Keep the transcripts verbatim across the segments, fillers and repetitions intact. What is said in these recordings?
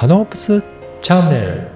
ノープスチャンネル。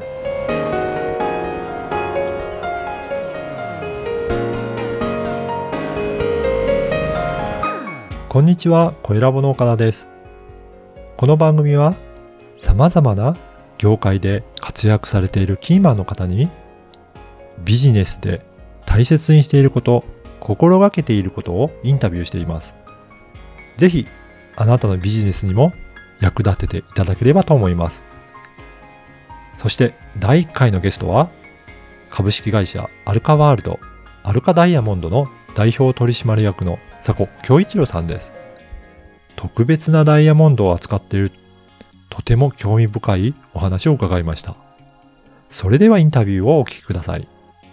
こんにちは、小ラボの岡田です。この番組は様々な業界で活躍されているキーマンの方にビジネスで大切にしていること、心がけていることをインタビューしています。ぜひあなたのビジネスにも役立てていただければと思います。そしてだいいっかいのゲストは株式会社アルカワールドアルカダイヤモンドの代表取締役の佐古恭一郎さんです。特別なダイヤモンドを扱っているとても興味深いお話を伺いました。それではインタビューをお聞きください。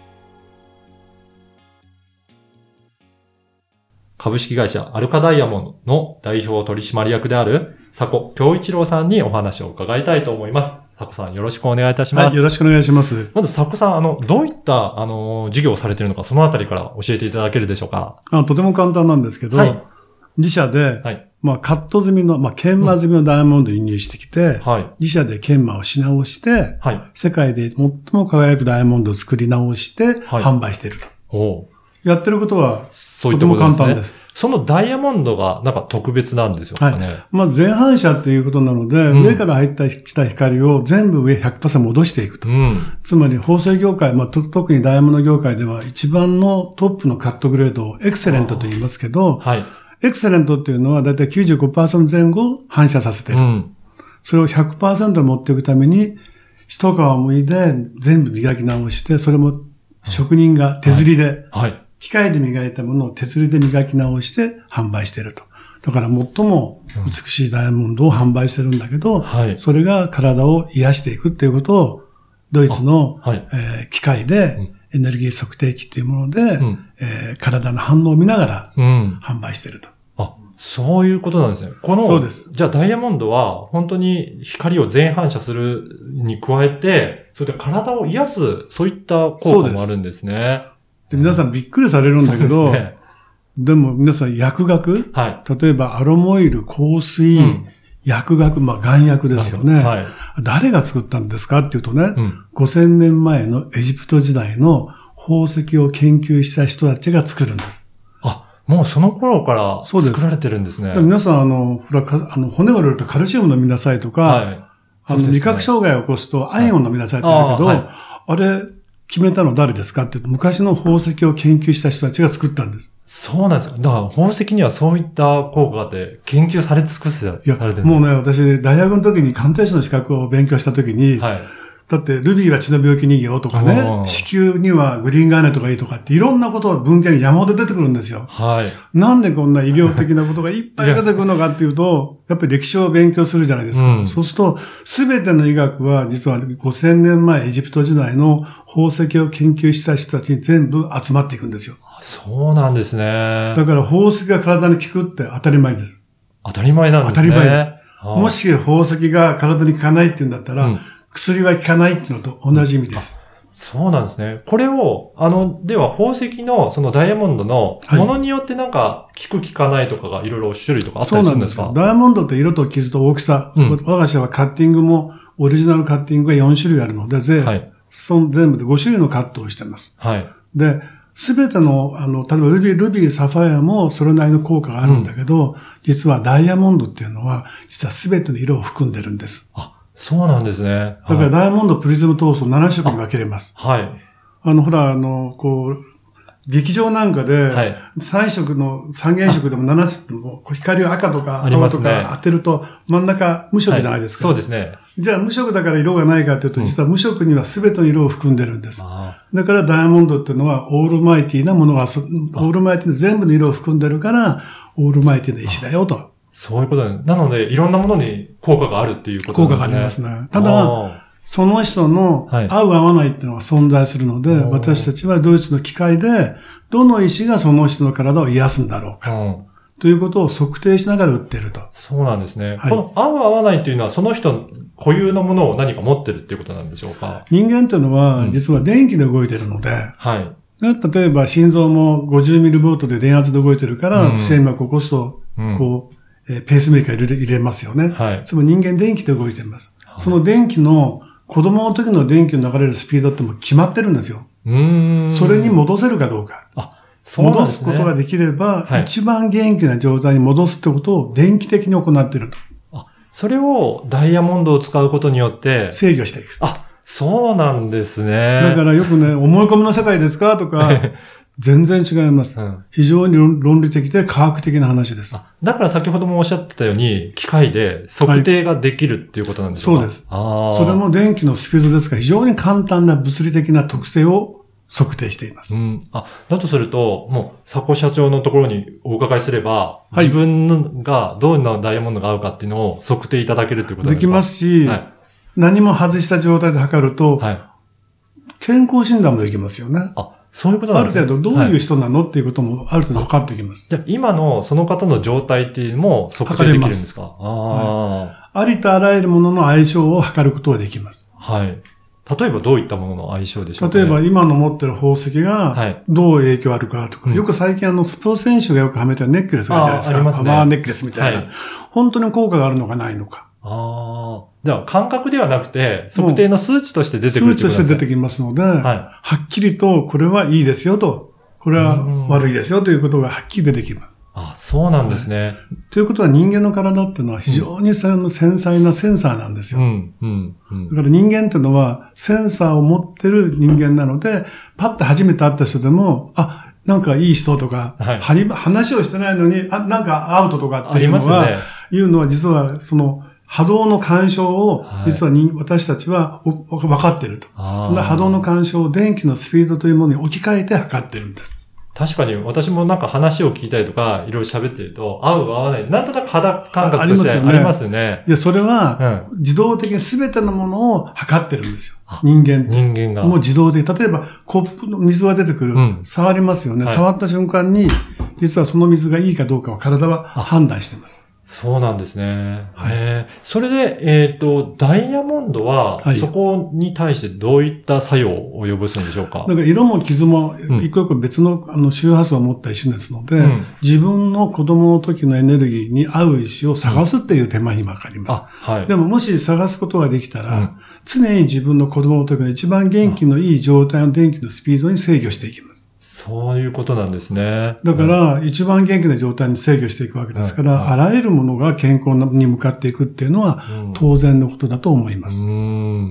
株式会社アルカダイヤモンドの代表取締役である佐古恭一郎さんにお話を伺いたいと思います。佐古さん、よろしくお願いいたします。 はい、よろしくお願いします。 まず佐古さん、あの、どういった、あの、事業をされているのか、そのあたりから教えていただけるでしょうか。 あとても簡単なんですけど、はい、自社で、はい、まあ、カット済みの、まあ、研磨済みのダイヤモンドを輸入してきて、はい、自社で研磨をし直して、はい、世界で最も輝くダイヤモンドを作り直して、はい、販売していると。おやってることは、とても簡単です。 そのダイヤモンドがなんか特別なんですよね。はい。 まあ全反射っていうことなので、うん、上から入ってきた光を全部上 ひゃくパーセント 戻していくと。うん、つまり縫製業界、まあ特にダイヤモンド業界では一番のトップのカットグレードをエクセレントと言いますけど、はい、エクセレントっていうのはだいたい きゅうじゅうごパーセント 前後反射させてる。うん、それを ひゃくパーセント に持っていくために、一皮むいで全部磨き直して、それも職人が手刷りで、はいはい機械で磨いたものを手刷りで磨き直して販売していると。だから最も美しいダイヤモンドを販売してるんだけど、うんはい、それが体を癒していくっていうことを、ドイツの、はいえー、機械でエネルギー測定器というもので、うんえー、体の反応を見ながら販売していると。 うん、あ、そういうことなんですね。この、そうです。じゃあダイヤモンドは本当に光を全反射するに加えて、それで体を癒す、そういった効果もあるんですね。 で皆さんびっくりされるんだけど、ね、でも皆さん薬学、はい、例えばアロモイル、香水、うん、薬学、まあ眼薬ですよね、はい。誰が作ったんですかっていうとね、うん、ごせんねんまえのエジプト時代の宝石を研究した人たちが作るんです。 あ、もうその頃から作られてるんですね。 で皆さん、あの、ほら、あの骨が折れるとカルシウム飲みなさいとか、はい、あの、ね、味覚障害を起こすとアイオン飲みなさいってあるけど、はいあ、あれ、決めたの誰ですかって言うと、昔の宝石を研究した人たちが作ったんです。 そうなんですよ。だから宝石にはそういった効果で研究され尽くせられてる。いや、 もうね、私、大学の時に鑑定士の資格を勉強した時に、はい、だってルビーは血の病気にいいよとかね、子宮にはグリーンガーネットがいいとかっていろんなことが文献に山ほど出てくるんですよ。はい。なんでこんな医療的なことがいっぱい出てくるのかっていうと、やっぱり歴史を勉強するじゃないですか。うん、そうすると、すべての医学は実はごせんねんまえエジプト時代の宝石を研究した人たちに全部集まっていくんですよ。 そうなんですね。 だから宝石が体に効くって当たり前です。 当たり前なんですね。 当たり前です。もし宝石が体に効かないっていうんだったら、うん薬は効かないっていうのと同じ意味です。 そうなんですね。これを、あの、では宝石のそのダイヤモンドのものによってなんか効く効かないとかがいろいろ種類とかあったりするんですか？ そうなんですよ。ダイヤモンドって色と傷と大きさ、うん、我が社はカッティングもオリジナルカッティングがよんしゅるいあるので、はい、その全部でごしゅるいのカットをしています。はい。で、すべての、あの、例えばルビー、ルビー、サファイアもそれなりの効果があるんだけど、うん、実はダイヤモンドっていうのは、実はすべての色を含んでるんです。 あそうなんですね。 だからダイヤモンドプリズム闘争ななしょくに分けれます。はい。あの、ほら、あの、こう、劇場なんかで、さんしょくの三原色でもななしょくでも光を赤とか青とか当てると真ん中無色じゃないですか。 はい、そうですね。 じゃあ無色だから色がないかというと、実は無色には全ての色を含んでるんです。うん、だからダイヤモンドっていうのはオールマイティなものが、オールマイティな全部の色を含んでるから、オールマイティな石だよと。 そういうことなんです。なので、いろんなものに効果があるっていうことですね。 効果がありますね。ただ、その人の合う合わないっていうのが存在するので、はい、私たちはドイツの機械で、どの石がその人の体を癒すんだろうか。うん、ということを測定しながら売っていると。 そうなんですね。はい、この合う合わないっていうのは、その人固有のものを何か持ってるっていうことなんでしょうか？ 人間っていうのは、実は電気で動いているので、うん、はい。例えば心臓もごじゅうミリボルトで電圧で動いてるから、不整脈を起こすと、こう、えー、ペースメーカー入れ、入れますよね。はい。つまり人間電気で動いています。 その電気の、子供の時の電気の流れるスピードってもう決まってるんですよ。 うーん。 それに戻せるかどうか。 あ、そうなん戻ですね。 すことができれば、 はい、 一番元気な状態に戻すってことを電気的に行っていると。 あ、それをダイヤモンドを使うことによって制御していく。 あ、そうなんですね。 だからよくね、思い込みの世界ですかとか、全然違います、うん。非常に論理的で科学的な話です。 だから先ほどもおっしゃってたように、機械で測定ができるっていうことなんですか、 はい、そうです。あそれも電気のスピードですから、非常に簡単な物理的な特性を測定しています。 うん、あだとすると、もう、佐古社長のところにお伺いすれば、はい、自分がどんなダイヤモンドが合うかっていうのを測定いただけるっていうことですか？ できますし、はい、何も外した状態で測ると、はい、健康診断もできますよね。 あそういうことなんですね。 ある程度どういう人なの、はい、っていうこともある程度分かってきます。 じゃあ今のその方の状態っていうのも測定できるんですか？あ、 はい、ありとあらゆるものの相性を測ることができます。 はい。例えばどういったものの相性でしょうか、ね、 例えば今の持ってる宝石がどう影響あるかとか、はい、よく最近あのスポーツ選手がよくはめてるネックレスがあるじゃないですか。ありますね。パワーネックレスみたいな、はい。本当に効果があるのかないのか。 ああ。では感覚ではなくて、測定の数値として出てくるってことですね。 数値として出てきますので、はい、はっきりとこれはいいですよと、これは悪いですよということがはっきり出てきます。 あ、そうなんですね、はい。 ということは人間の体っていうのは非常に繊細なセンサーなんですよ。うんうんうん、だから人間っていうのはセンサーを持ってる人間なので、パッと初めて会った人でも、あ、なんかいい人とか、はい、話をしてないのに、あ、なんかアウトとかっていうのは、ね、いうのは実はその波動の干渉を実はに、はい、私たちは分かっていると。そんな波動の干渉を電気のスピードというものに置き換えて測っているんです。 確かに私もなんか話を聞いたりとか、いろいろ喋ってると、合う合わない。なんとなく肌感覚としてありますよね。 いや、それは、自動的に全てのものを測ってるんですよ。人間。 人間が。 もう自動的。例えば、コップの水が出てくる。うん、触りますよね、はい。触った瞬間に、実はその水がいいかどうかを体は判断しています。 そうなんですね。はい、えー、それで、えっ、ー、と、ダイヤモンドは、はい、そこに対してどういった作用を及ぼすんでしょうか？ だから色も傷も、一個一個別の、あの周波数を持った石ですので、うん、自分の子供の時のエネルギーに合う石を探すっていう手間にもかかります。うんはい、でももし探すことができたら、うん、常に自分の子供の時の一番元気のいい状態の電気のスピードに制御していきます。 そういうことなんですね。 だから、一番元気な状態に制御していくわけですから、はいはい、あらゆるものが健康に向かっていくっていうのは、当然のことだと思います。 うん、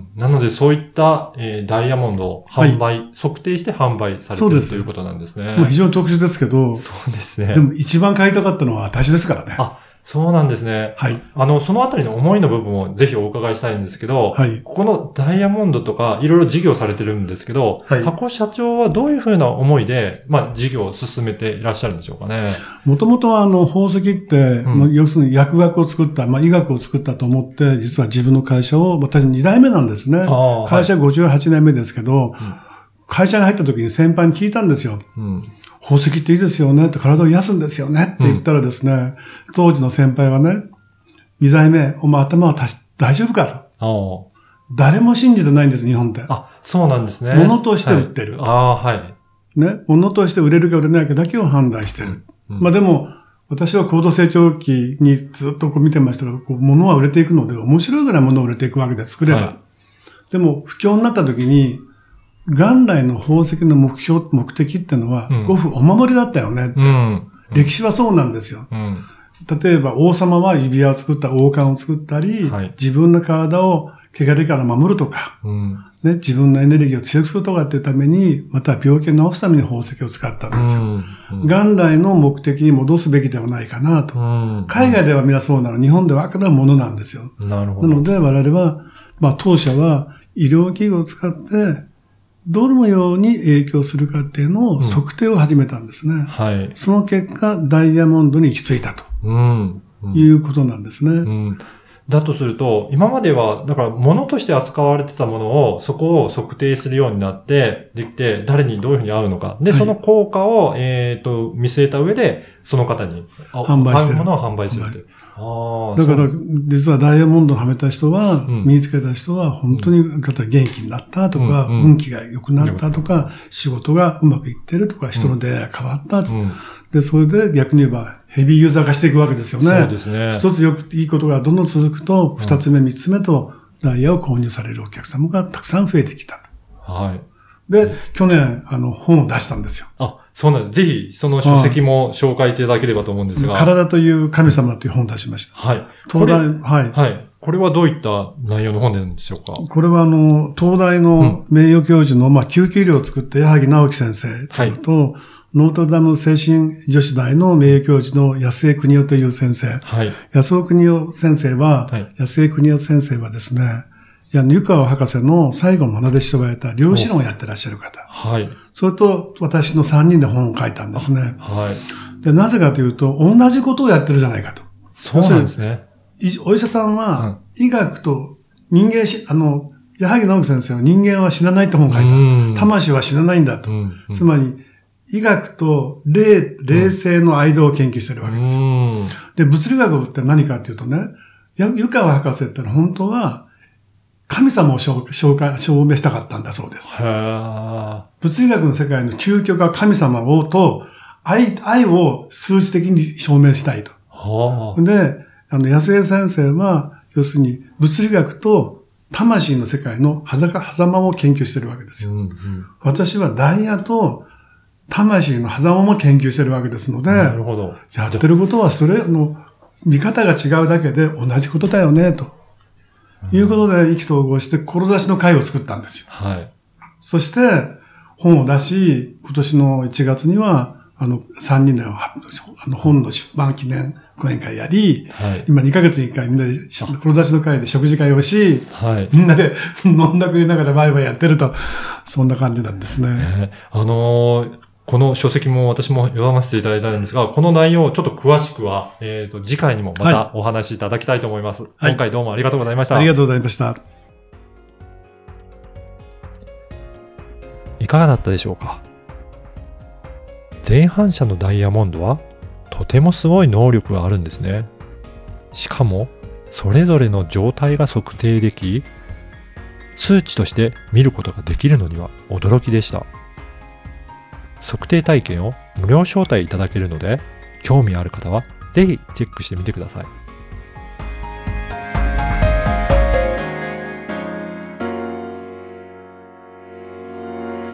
なので、そういった、えー、ダイヤモンドを販売、はい、測定して販売されているということなんですね。 まあ、非常に特殊ですけど、 そうですね。 でも一番買いたかったのは私ですからね。 あそうなんですね。はい。あの、そのあたりの思いの部分をぜひお伺いしたいんですけど、はい。ここのダイヤモンドとかいろいろ事業されてるんですけど、はい。佐古社長はどういうふうな思いで、まあ、事業を進めていらっしゃるんでしょうかね。 もともとはあの、宝石って、うん、要するに薬学を作った、まあ、医学を作ったと思って、実は自分の会社を、私に代目なんですね。会社ごじゅうはちねんめですけど、うん、会社に入った時に先輩に聞いたんですよ。うん宝石っていいですよねって体を癒すんですよねって言ったらですね、うん、当時の先輩はね、二代目、お前頭は大丈夫かと。誰も信じてないんです、日本って。 あ、そうなんですね。 物として売ってる。 はい、ああ、はい。 ね、物として売れるか売れないかだけを判断してる。うん、まあでも、私は高度成長期にずっとこう見てましたが、こう物は売れていくので、面白いぐらい物を売れていくわけで作れば。はい、でも、不況になった時に、元来の宝石の目標、目的ってのは、五分お守りだったよねって、うん。歴史はそうなんですよ。うん、例えば王様は指輪を作った、王冠を作ったり、はい、自分の体を汚れから守るとか、うんね、自分のエネルギーを強くするとかっていうために、また病気を治すために宝石を使ったんですよ。うんうん、元来の目的に戻すべきではないかなと。うんうん、海外ではみんなそうなの、日本ではあくまでものなんですよ。なるほど。なので我々は、まあ当社は医療器具を使って、どのように影響するかっていうのを測定を始めたんですね。うんはい、その結果、ダイヤモンドに行き着いたと、うんうん、いうことなんですね。うんだとすると、今までは、だから物として扱われてたものを、そこを測定するようになって、できて、誰にどういうふうに合うのか。で、はい、その効果を、えっと、見据えた上で、その方に販売してる。 合うものを販売するという。 あだから、実はダイヤモンドをはめた人は、うん、身につけた人は、本当に元気になったとか、うんうん、運気が良くなったとか、仕事がうまくいってるとか、人の出会いが変わったと。うんで、それで逆に言えばヘビーユーザー化していくわけですよね。そうですね。一つよくいいことがどんどん続くと、二つ目、三つ目とダイヤを購入されるお客様がたくさん増えてきたと。 はい。 で、去年、あの、本を出したんですよ。 あ、そうなんです。ぜひ、その書籍も紹介いただければと思うんですが。 体という神様という本を出しました。 はい。 東大、はい。 はい。これはどういった内容の本なんでしょうか？ これは、あの、東大の名誉教授の、うん、まあ、救急医療を作った矢作直樹先生というのと、はい、ノートルダム精神女子大の名誉教授の安江邦夫という先生。はい。安尾邦夫先生は、はい、安江邦夫先生はですね、いや、湯川博士の最後の愛弟子と言われた量子論をやってらっしゃる方。はい。それと私のさんにんで本を書いたんですね。はい。で、なぜかというと、同じことをやってるじゃないかと。 そうなんですね。 お医者さんは、医学と人間し、あの、矢作直樹先生は人間は死なないって本を書いた。魂は死なないんだと。うんうん、つまり、医学と霊、霊性の間を研究してるわけですよ。うん、で、物理学って何かっていうとね、湯川博士ってのは本当は、神様を証明したかったんだそうです。物理学の世界の究極は神様をと愛、愛を数値的に証明したいと。で、あの、安江先生は、要するに物理学と魂の世界の狭間を研究してるわけですよ。うんうん、私はダイヤと魂の狭間も研究してるわけですので、なるほど。やってることはそれの見方が違うだけで同じことだよね、と。いうことで意気投合して志の会を作ったんですよ。はい。そして本を出し、今年のいちがつにはあのさんにんのあの本の出版記念講演会やり、はい、今にかげつにいっかいみんなで志の会で食事会をし、はい、みんなで飲んだくりながらワイワイやってると、そんな感じなんですね。 えー、あのーこの書籍も私も読ませていただいたんですが、この内容をちょっと詳しくは、えっと、次回にもまたお話しいただきたいと思います。はい、今回どうもありがとうございました。 ありがとうございました。 いかがだったでしょうか？前反射のダイヤモンドはとてもすごい能力があるんですね。しかも、それぞれの状態が測定でき、数値として見ることができるのには驚きでした。測定体験を無料招待いただけるので、興味ある方はぜひチェックしてみてください。